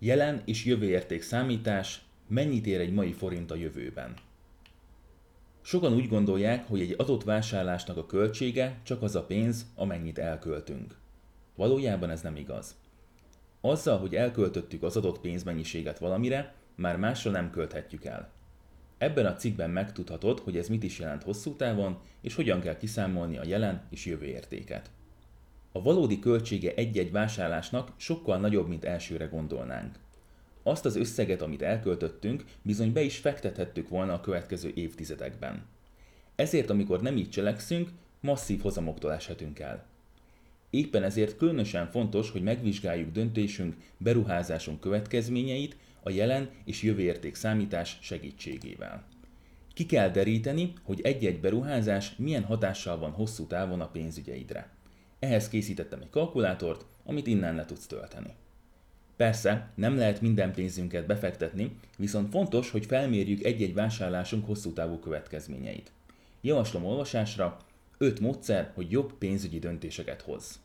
Jelen és jövőérték számítás, mennyit ér egy mai forint a jövőben? Sokan úgy gondolják, hogy egy adott vásárlásnak a költsége csak az a pénz, amennyit elköltünk. Valójában ez nem igaz. Azzal, hogy elköltöttük az adott pénzmennyiséget valamire, már másra nem költhetjük el. Ebben a cikkben megtudhatod, hogy ez mit is jelent hosszú távon, és hogyan kell kiszámolni a jelen és jövő értéket. A valódi költsége egy-egy vásárlásnak sokkal nagyobb, mint elsőre gondolnánk. Azt az összeget, amit elköltöttünk, bizony be is fektethettük volna a következő évtizedekben. Ezért, amikor nem így cselekszünk, masszív hozamoktól eshetünk el. Éppen ezért különösen fontos, hogy megvizsgáljuk döntésünk, beruházásunk következményeit a jelen és jövő érték számítás segítségével. Ki kell deríteni, hogy egy-egy beruházás milyen hatással van hosszú távon a pénzügyeidre. Ehhez készítettem egy kalkulátort, amit innen le tudsz tölteni. Persze, nem lehet minden pénzünket befektetni, viszont fontos, hogy felmérjük egy-egy vásárlásunk hosszú távú következményeit. Javaslom olvasásra 5 módszer, hogy jobb pénzügyi döntéseket hoz.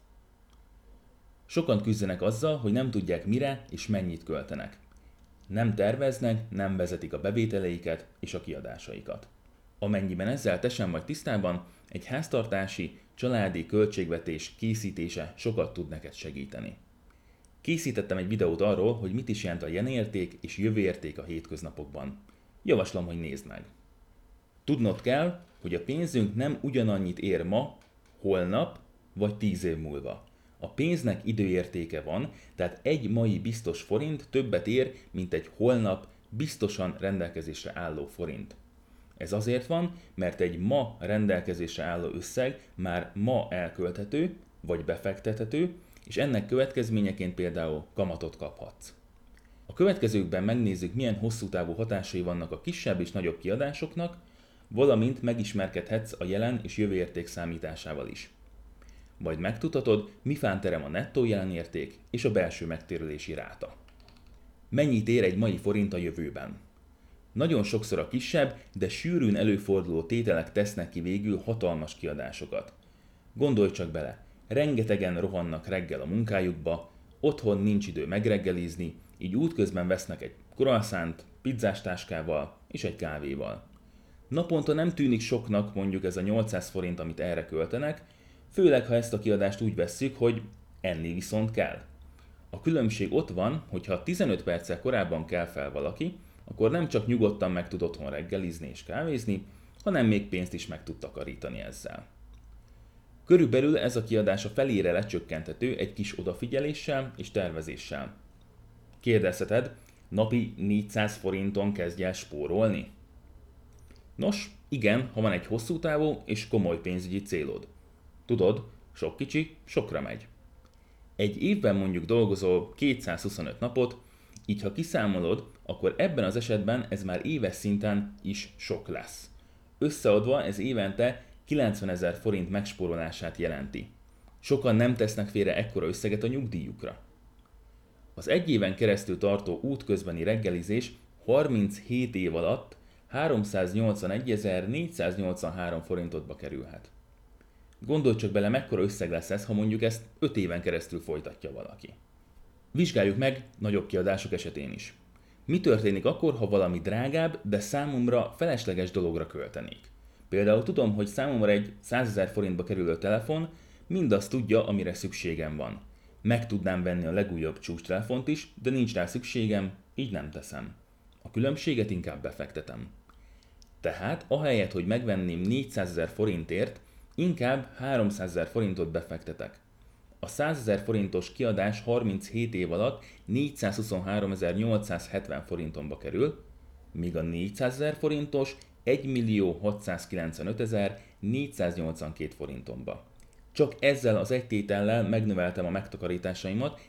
Sokan küzdenek azzal, hogy nem tudják mire és mennyit költenek. Nem terveznek, nem vezetik a bevételeiket és a kiadásaikat. Amennyiben ezzel te sem vagy tisztában, egy háztartási, családi költségvetés készítése sokat tud neked segíteni. Készítettem egy videót arról, hogy mit is jelent a jenérték és jövőérték a hétköznapokban. Javaslom, hogy nézd meg. Tudnod kell, hogy a pénzünk nem ugyanannyit ér ma, holnap vagy 10 év múlva. A pénznek időértéke van, tehát egy mai biztos forint többet ér, mint egy holnap biztosan rendelkezésre álló forint. Ez azért van, mert egy ma rendelkezésre álló összeg már ma elkölthető vagy befektethető, és ennek következményeként például kamatot kaphatsz. A következőkben megnézzük, milyen hosszú távú hatásai vannak a kisebb és nagyobb kiadásoknak, valamint megismerkedhetsz a jelen és jövő érték számításával is. Majd megtudhatod, mifán terem a nettó jelenérték és a belső megtérülési ráta. Mennyit ér egy mai forint a jövőben? Nagyon sokszor a kisebb, de sűrűn előforduló tételek tesznek ki végül hatalmas kiadásokat. Gondolj csak bele, rengetegen rohannak reggel a munkájukba, otthon nincs idő megreggelizni, így útközben vesznek egy croissant, pizzás táskával és egy kávéval. Naponta nem tűnik soknak mondjuk ez a 800 forint, amit erre költenek, főleg ha ezt a kiadást úgy vesszük, hogy enni viszont kell. A különbség ott van, hogy ha 15 perccel korábban kell fel valaki, akkor nem csak nyugodtan meg tud otthon reggelizni és kávézni, hanem még pénzt is meg tud takarítani ezzel. Körülbelül ez a kiadás a felére lecsökkenthető egy kis odafigyeléssel és tervezéssel. Kérdezheted, napi 400 forinton kezdj el spórolni? Nos, igen, ha van egy hosszú távú és komoly pénzügyi célod. Tudod, sok kicsi, sokra megy. Egy évben mondjuk dolgozol 225 napot, így ha kiszámolod, akkor ebben az esetben ez már éves szinten is sok lesz. Összeadva ez évente 90 000 forint megspórolását jelenti. Sokan nem tesznek félre ekkora összeget a nyugdíjukra. Az egy éven keresztül tartó útközbeni reggelizés 37 év alatt 381.483 forintotba kerülhet. Gondolj csak bele, mekkora összeg lesz ez, ha mondjuk ezt 5 éven keresztül folytatja valaki. Vizsgáljuk meg nagyobb kiadások esetén is. Mi történik akkor, ha valami drágább, de számomra felesleges dologra költenék? Például tudom, hogy számomra egy 100 000 forintba kerülő telefon mindazt tudja, amire szükségem van. Meg tudnám venni a legújabb csúcstelefont is, de nincs rá szükségem, így nem teszem. A különbséget inkább befektetem. Tehát ahelyett, hogy megvenném 400 000 forintért, inkább 300 000 forintot befektetek. A 100 000 forintos kiadás 37 év alatt 423.870 forintomba kerül, míg a 400 000 forintos 1.695.482 forintomba. Csak ezzel az egy tétellel megnöveltem a megtakarításaimat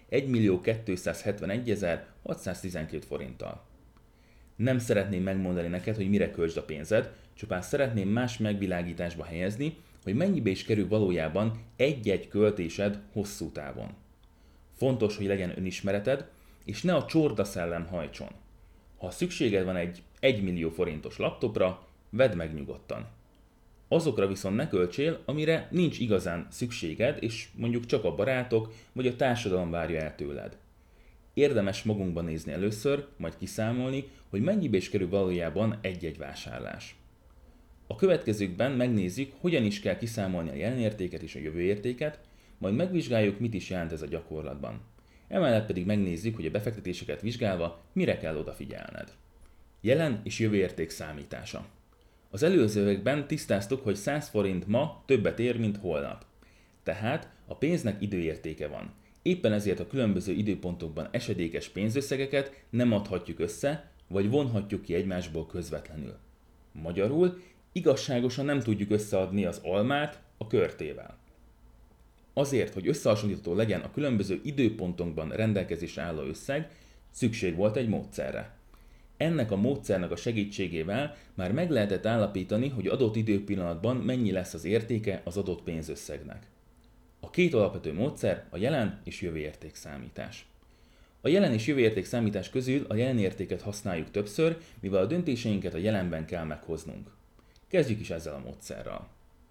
1.271.612 forinttal. Nem szeretném megmondani neked, hogy mire költsd a pénzed, csupán szeretném más megvilágításba helyezni, hogy mennyibe is kerül valójában egy-egy költésed hosszú távon. Fontos, hogy legyen önismereted, és ne a csorda szellem hajtson. Ha szükséged van egy 1 millió forintos laptopra, vedd meg nyugodtan. Azokra viszont ne költsél, amire nincs igazán szükséged, és mondjuk csak a barátok vagy a társadalom várja el tőled. Érdemes magunkba nézni először, majd kiszámolni, hogy mennyibe is kerül valójában egy-egy vásárlás. A következőkben megnézzük, hogyan is kell kiszámolni a jelenértéket és a jövőértéket, majd megvizsgáljuk, mit is jelent ez a gyakorlatban. Emellett pedig megnézzük, hogy a befektetéseket vizsgálva mire kell odafigyelned. Jelen és jövőérték számítása. Az előzőekben tisztáztuk, hogy 100 forint ma többet ér, mint holnap. Tehát a pénznek időértéke van. Éppen ezért a különböző időpontokban esedékes pénzösszegeket nem adhatjuk össze, vagy vonhatjuk ki egymásból közvetlenül. Magyarul igazságosan nem tudjuk összeadni az almát a körtével. Azért, hogy összehasonlítható legyen a különböző időpontokban rendelkezésre álló összeg, szükség volt egy módszerre. Ennek a módszernek a segítségével már meg lehetett állapítani, hogy adott időpillanatban mennyi lesz az értéke az adott pénzösszegnek. A két alapvető módszer a jelen és jövőérték számítás. A jelen és jövőérték számítás közül a jelenértéket használjuk többször, mivel a döntéseinket a jelenben kell meghoznunk. Kezdjük is ezzel a módszerrel.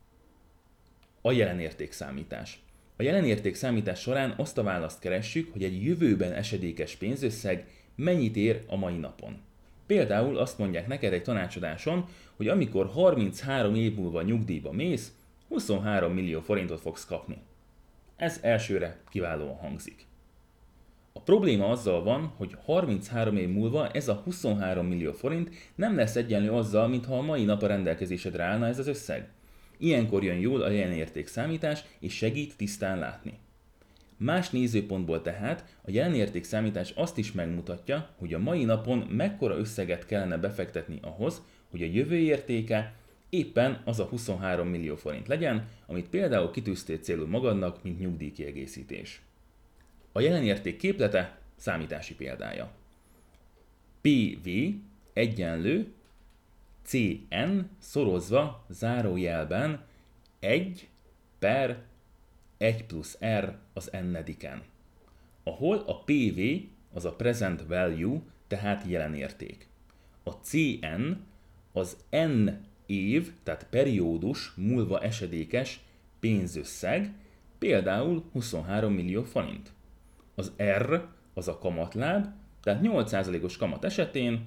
A jelenérték számítás. A jelenérték számítás során azt a választ keressük, hogy egy jövőben esedékes pénzösszeg mennyit ér a mai napon. Például azt mondják neked egy tanácsadáson, hogy amikor 33 év múlva nyugdíjba mész, 23 millió forintot fogsz kapni. Ez elsőre kiválóan hangzik. A probléma azzal van, hogy 33 év múlva ez a 23 millió forint nem lesz egyenlő azzal, mintha a mai nap a rendelkezésedre állna ez az összeg. Ilyenkor jön jól a jelenérték számítás és segít tisztán látni. Más nézőpontból tehát a jelenérték számítás azt is megmutatja, hogy a mai napon mekkora összeget kellene befektetni ahhoz, hogy a jövő értéke éppen az a 23 millió forint legyen, amit például kitűztél célul magadnak, mint nyugdíjkiegészítés. A jelenérték képlete számítási példája. PV egyenlő CN szorozva zárójelben 1 per 1 plusz R az n-ediken. Ahol a PV az a present value, tehát jelenérték. A CN az N év, tehát periódus múlva esedékes pénzösszeg, például 23 millió forint. Az R az a kamatláb, tehát 8%-os kamat esetén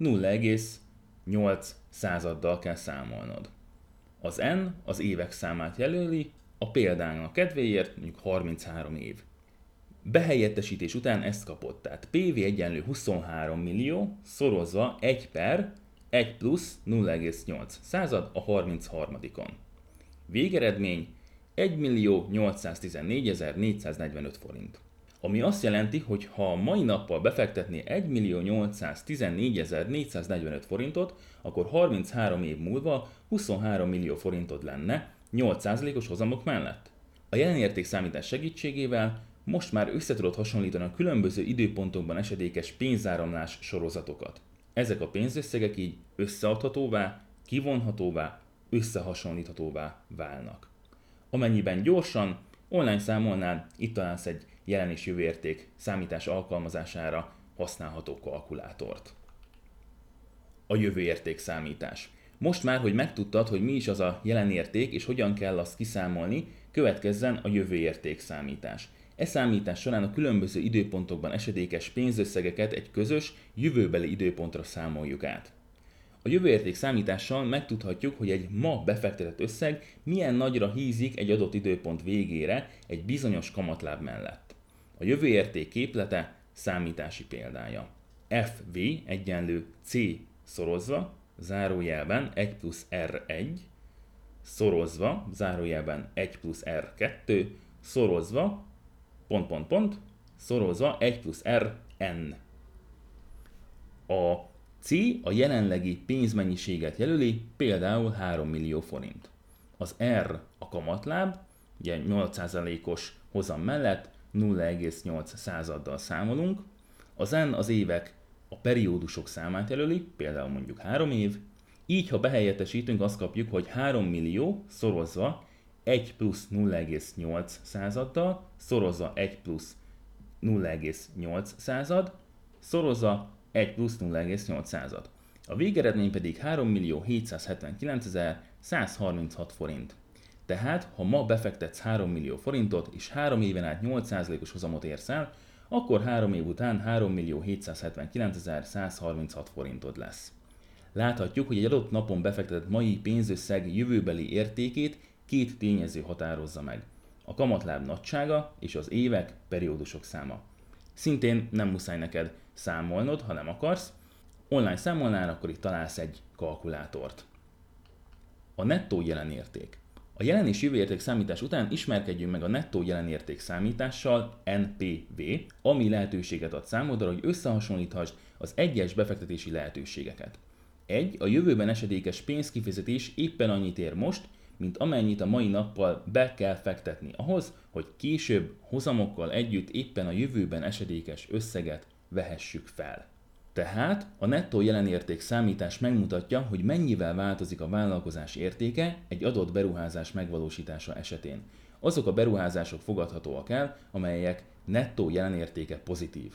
0,8 századdal kell számolnod. Az N az évek számát jelöli, a példának kedvéért mondjuk 33 év. Behelyettesítés után ezt kapott, tehát PV egyenlő 23 millió szorozva 1 per 1 plusz 0,8 század a 33-on. Végeredmény 1.814.445 forint. Ami azt jelenti, hogy ha a mai nappal befektetné 1.814.445 forintot, akkor 33 év múlva 23 millió forintod lenne 8%-os hozamok mellett. A jelenérték számítás segítségével most már össze tudod hasonlítani a különböző időpontokban esedékes pénzáramlás sorozatokat. Ezek a pénzösszegek így összeadhatóvá, kivonhatóvá, összehasonlíthatóvá válnak. Amennyiben gyorsan, online számolnál, itt találsz egy jelen és jövőérték számítás alkalmazására használható kalkulátort. A jövőérték számítás. Most már, hogy megtudtad, hogy mi is az a jelenérték és hogyan kell azt kiszámolni, következzen a jövőérték számítás. E számítás során a különböző időpontokban esedékes pénzösszegeket egy közös, jövőbeli időpontra számoljuk át. A jövőérték számítással megtudhatjuk, hogy egy ma befektetett összeg milyen nagyra hízik egy adott időpont végére egy bizonyos kamatláb mellett. A jövőérték képlete számítási példája. FV egyenlő C szorozva, zárójelben 1 plusz R1, szorozva, zárójelben 1 plusz R2, szorozva, szorozva 1 plusz RN. A C a jelenlegi pénzmennyiséget jelöli, például 3 millió forint. Az R a kamatláb, ugye 8%-os hozam mellett 0,8 századdal számolunk. Az N az évek a periódusok számát jelöli, például mondjuk 3 év. Így, ha behelyettesítünk, azt kapjuk, hogy 3 millió szorozva 1 plusz 0,8 századdal, szorozva 1 plusz 0,8 század, szorozva 1 plusz 0,8 század. A végeredmény pedig 3.779.136 forint. Tehát, ha ma befektetsz 3 millió forintot és 3 éven át 8%-os hozamot érsz el, akkor 3 év után 3.779.136 forintod lesz. Láthatjuk, hogy egy adott napon befektetett mai pénzösszeg jövőbeli értékét két tényező határozza meg. A kamatláb nagysága és az évek, periódusok száma. Szintén nem muszáj neked számolnod, ha nem akarsz. Online számolnál, akkor itt találsz egy kalkulátort. A nettó jelenérték. A jelen és jövő érték számítás után ismerkedjünk meg a nettó jelenérték számítással, NPV, ami lehetőséget ad számodra, hogy összehasonlíthasd az egyes befektetési lehetőségeket. A jövőben esedékes pénzkifizetés éppen annyit ér most, mint amennyit a mai nappal be kell fektetni ahhoz, hogy később hozamokkal együtt éppen a jövőben esedékes összeget vehessük fel. Tehát a nettó jelenérték számítás megmutatja, hogy mennyivel változik a vállalkozás értéke egy adott beruházás megvalósítása esetén. Azok a beruházások fogadhatóak el, amelyek nettó jelenértéke pozitív.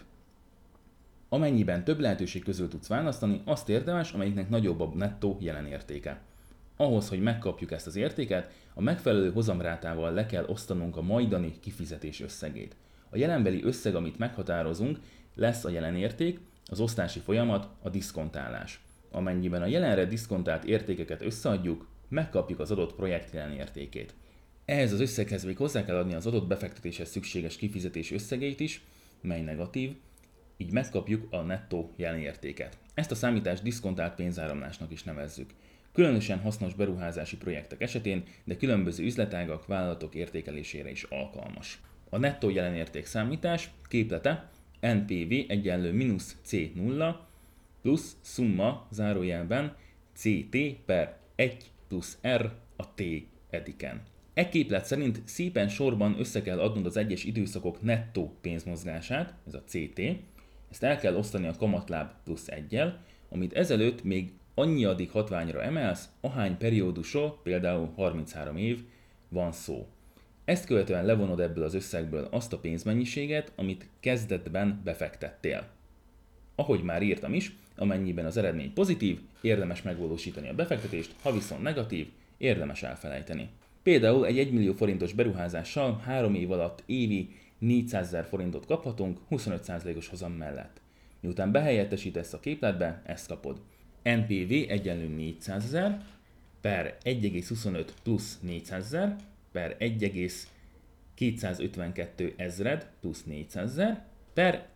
Amennyiben több lehetőség közül tudsz választani, azt érdemes, amelyiknek nagyobb a nettó jelenértéke. Ahhoz, hogy megkapjuk ezt az értéket, a megfelelő hozamrátával le kell osztanunk a majdani kifizetés összegét. A jelenbeli összeg, amit meghatározunk, lesz a jelenérték, az osztási folyamat, a diszkontálás. Amennyiben a jelenre diszkontált értékeket összeadjuk, megkapjuk az adott projekt jelenértékét. Ehhez az összeghez még hozzá kell adni az adott befektetéshez szükséges kifizetés összegét is, mely negatív, így megkapjuk a nettó jelenértéket. Ezt a számítást diszkontált pénzáramlásnak is nevezzük. Különösen hasznos beruházási projektek esetén, de különböző üzletágak, vállalatok értékelésére is alkalmas. A nettó jelenérték számítás képlete NPV egyenlő mínusz C0 plusz szumma zárójelben CT per 1 plusz R a T ediken. E képlet szerint szépen sorban össze kell adnod az egyes időszakok nettó pénzmozgását, ez a CT, ezt el kell osztani a kamatláb plusz 1-jel, amit ezelőtt még annyiadik hatványra emelsz, ahány periódusról, például 33 év, van szó. Ezt követően levonod ebből az összegből azt a pénzmennyiséget, amit kezdetben befektettél. Ahogy már írtam is, amennyiben az eredmény pozitív, érdemes megvalósítani a befektetést, ha viszont negatív, érdemes elfelejteni. Például egy 1 millió forintos beruházással 3 év alatt évi 400 000 forintot kaphatunk 25%-os hozam mellett. Miután behelyettesítesz a képletbe, ezt kapod. NPV egyenlő 400 000 per 1,25 plusz 400 000 per 1,252 ezred plusz 400 000 per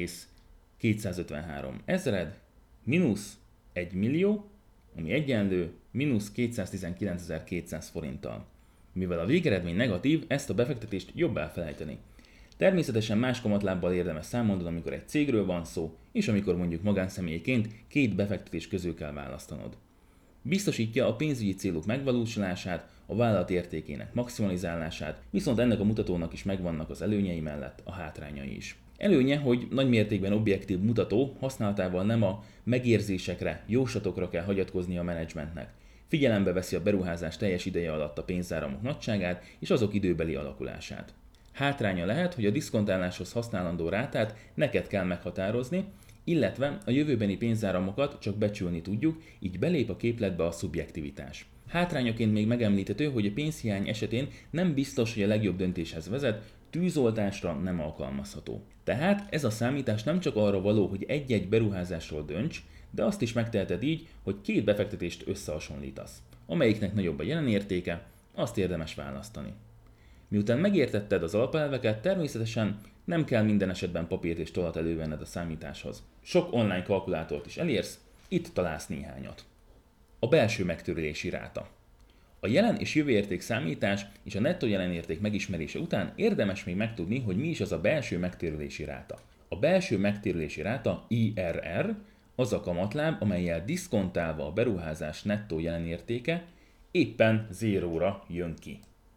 1,253 ezred mínusz 1 millió, ami egyenlő mínusz 219.200 forinttal. Mivel a végeredmény negatív, ezt a befektetést jobb elfelejteni. Természetesen más kamatlábbal érdemes számolnod, amikor egy cégről van szó, és amikor mondjuk magánszemélyként két befektetés közül kell választanod. Biztosítja a pénzügyi célok megvalósulását, a vállalat értékének maximalizálását, viszont ennek a mutatónak is megvannak az előnyei mellett a hátrányai is. Előnye, hogy nagymértékben objektív mutató, használatával nem a megérzésekre, jóslatokra kell hagyatkozni a menedzsmentnek. Figyelembe veszi a beruházás teljes ideje alatt a pénzáramok nagyságát és azok időbeli alakulását. Hátránya lehet, hogy a diszkontáláshoz használandó rátát neked kell meghatározni, illetve a jövőbeni pénzáramokat csak becsülni tudjuk, így belép a képletbe a szubjektivitás. Hátrányaként még megemlíthető, hogy a pénzhiány esetén nem biztos, hogy a legjobb döntéshez vezet, tűzoltásra nem alkalmazható. Tehát ez a számítás nem csak arra való, hogy egy-egy beruházásról dönts, de azt is megteheted így, hogy két befektetést összehasonlítasz. Amelyiknek nagyobb a jelenértéke, azt érdemes választani. Miután megértetted az alapelveket, természetesen nem kell minden esetben papírt és tollat elővenned a számításhoz. Sok online kalkulátort is elérsz, itt találsz néhányat. A belső megtérülési ráta. A jelen és jövő érték számítás és a nettó jelenérték megismerése után érdemes még megtudni, hogy mi is az a belső megtérülési ráta. A belső megtérülési ráta IRR az a kamatláb, amellyel diszkontálva a beruházás nettó jelenértéke éppen zéróra jön ki.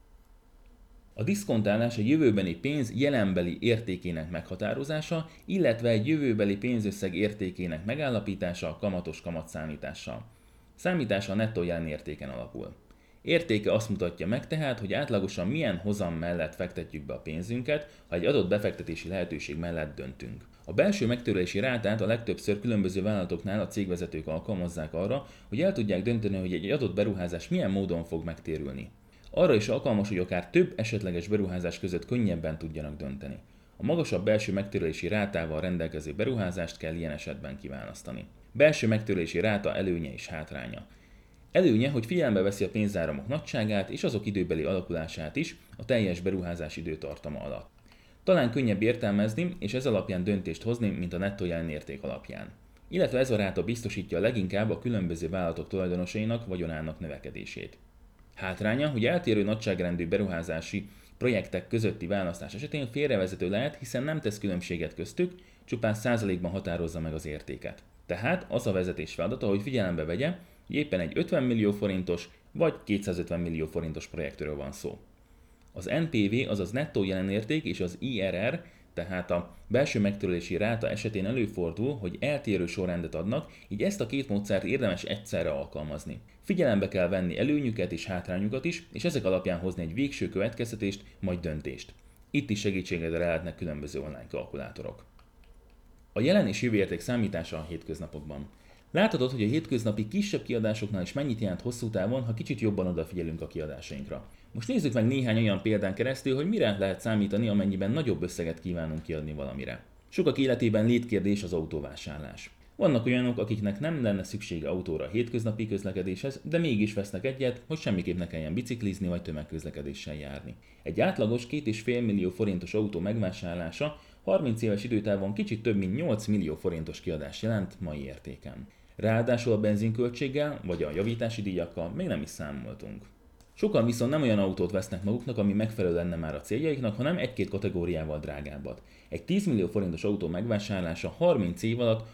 A diszkontálás a jövőbeni pénz jelenbeli értékének meghatározása, illetve egy jövőbeli pénzösszeg értékének megállapítása kamatos kamatszámítással. Számítása a nettó jelenértéken alapul. Értéke azt mutatja meg tehát, hogy átlagosan milyen hozam mellett fektetjük be a pénzünket, ha egy adott befektetési lehetőség mellett döntünk. A belső megtérülési rátát a legtöbbször különböző vállalatoknál a cégvezetők alkalmazzák arra, hogy el tudják dönteni, hogy egy adott beruházás milyen módon fog megtérülni. Arra is alkalmas, hogy akár több esetleges beruházás között könnyebben tudjanak dönteni. A A magasabb belső megtérülési rátával rendelkező beruházást kell ilyen esetben kiválasztani. Belső megtérülési ráta előnye és hátránya. Előnye, hogy figyelembe veszi a pénzáramok nagyságát és azok időbeli alakulását is a teljes beruházás időtartama alatt. Talán könnyebb értelmezni és ez alapján döntést hozni, mint a nettó jelenérték alapján. Illetve ez a ráta biztosítja leginkább a különböző vállalatok tulajdonosainak vagyonának növekedését. Hátránya, hogy eltérő nagyságrendű beruházási projektek közötti választás esetén félrevezető lehet, hiszen nem tesz különbséget köztük, csupán százalékban határozza meg az értéket. Tehát az a vezetés feladata, hogy figyelembe vegye, hogy éppen egy 50 millió forintos vagy 250 millió forintos projektről van szó. Az NPV, azaz nettó jelenérték és az IRR, tehát a belső megtérülési ráta esetén előfordul, hogy eltérő sorrendet adnak, így ezt a két módszert érdemes egyszerre alkalmazni. Figyelembe kell venni előnyüket és hátrányukat is, és ezek alapján hozni egy végső következtetést, majd döntést. Itt is segítségedre lehetnek különböző online kalkulátorok. A jelen és jövő érték számítása a hétköznapokban. Láthatod, hogy a hétköznapi kisebb kiadásoknál is mennyit jelent hosszú távon, ha kicsit jobban odafigyelünk a kiadásainkra. Most nézzük meg néhány olyan példán keresztül, hogy mire lehet számítani, amennyiben nagyobb összeget kívánunk kiadni valamire. Sokak életében létkérdés az autóvásárlás. Vannak olyanok, akiknek nem lenne szüksége autóra a hétköznapi közlekedéshez, de mégis vesznek egyet, hogy semmiképp ne kelljen biciklizni vagy tömegközlekedéssel járni. Egy átlagos 2,5 millió forintos autó megvásárlása 30 éves időtávon kicsit több mint 8 millió forintos kiadást jelent mai értéken. Ráadásul a benzinköltséggel vagy a javítási díjakkal még nem is számoltunk. Sokan viszont nem olyan autót vesznek maguknak, ami megfelelő lenne már a céljaiknak, hanem egy-két kategóriával drágábbat. Egy 10 millió forintos autó megvásárlása 30 év alatt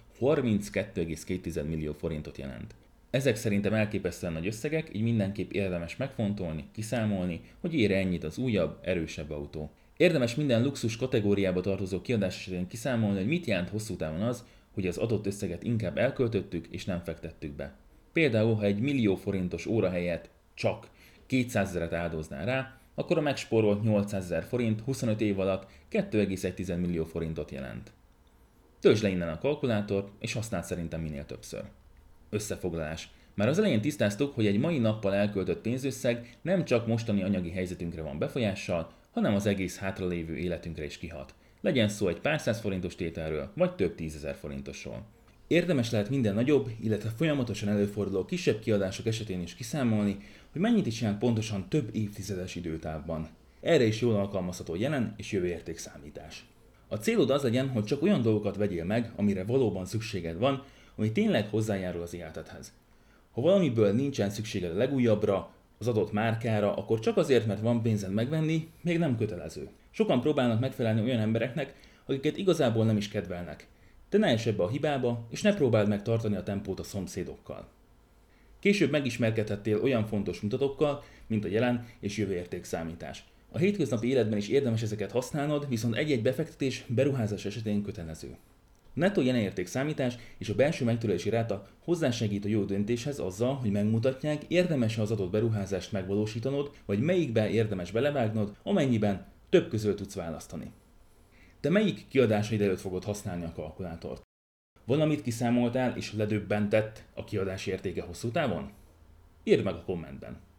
32,2 millió forintot jelent. Ezek szerintem elképesztően nagy összegek, így mindenképp érdemes megfontolni, kiszámolni, hogy ér ennyit az újabb, erősebb autó. Érdemes minden luxus kategóriába tartozó kiadás esetén kiszámolni, hogy mit jelent hosszú távon az, hogy az adott összeget inkább elköltöttük és nem fektettük be. Például, ha egy millió forintos óra helyett csak 200 000-et áldoznál rá, akkor a megspórolt 800 000 forint 25 év alatt 2,1 millió forintot jelent. Töltsd le innen a kalkulátort, és használd szerintem minél többször. Összefoglalás. Már az elején tisztáztuk, hogy egy mai nappal elköltött pénzösszeg nem csak mostani anyagi helyzetünkre van befolyással, hanem az egész hátralévő életünkre is kihat. Legyen szó egy pár száz forintos tételről, vagy több 10 000 forintosról. Érdemes lehet minden nagyobb, illetve folyamatosan előforduló kisebb kiadások esetén is kiszámolni, hogy mennyit is jelent pontosan több évtizedes időtávban. Erre is jól alkalmazható jelen és jövő értékszámítás. A célod az legyen, hogy csak olyan dolgokat vegyél meg, amire valóban szükséged van, ami tényleg hozzájárul az életedhez. Ha valamiből nincsen szükséged a legújabbra, az adott márkára, akkor csak azért, mert van pénzed megvenni, még nem kötelező. Sokan próbálnak megfelelni olyan embereknek, akiket igazából nem is kedvelnek. De ne ess ebbe a hibába, és ne próbáld meg tartani a tempót a szomszédokkal. Később megismerkedhettél olyan fontos mutatókkal, mint a jelen és jövő értékszámítás. A hétköznapi életben is érdemes ezeket használnod, viszont egy-egy befektetés beruházás esetén kötelező. A nettó jelenértékszámítás és a belső megtérülési ráta hozzásegít a jó döntéshez azzal, hogy megmutatják, érdemes-e az adott beruházást megvalósítanod, vagy melyikbe érdemes belevágnod, amennyiben több közül tudsz választani. Te melyik kiadásaid előtt fogod használni a kalkulátort? Valamit kiszámoltál és ledöbbentett a kiadás értéke hosszú távon? Írd meg a kommentben.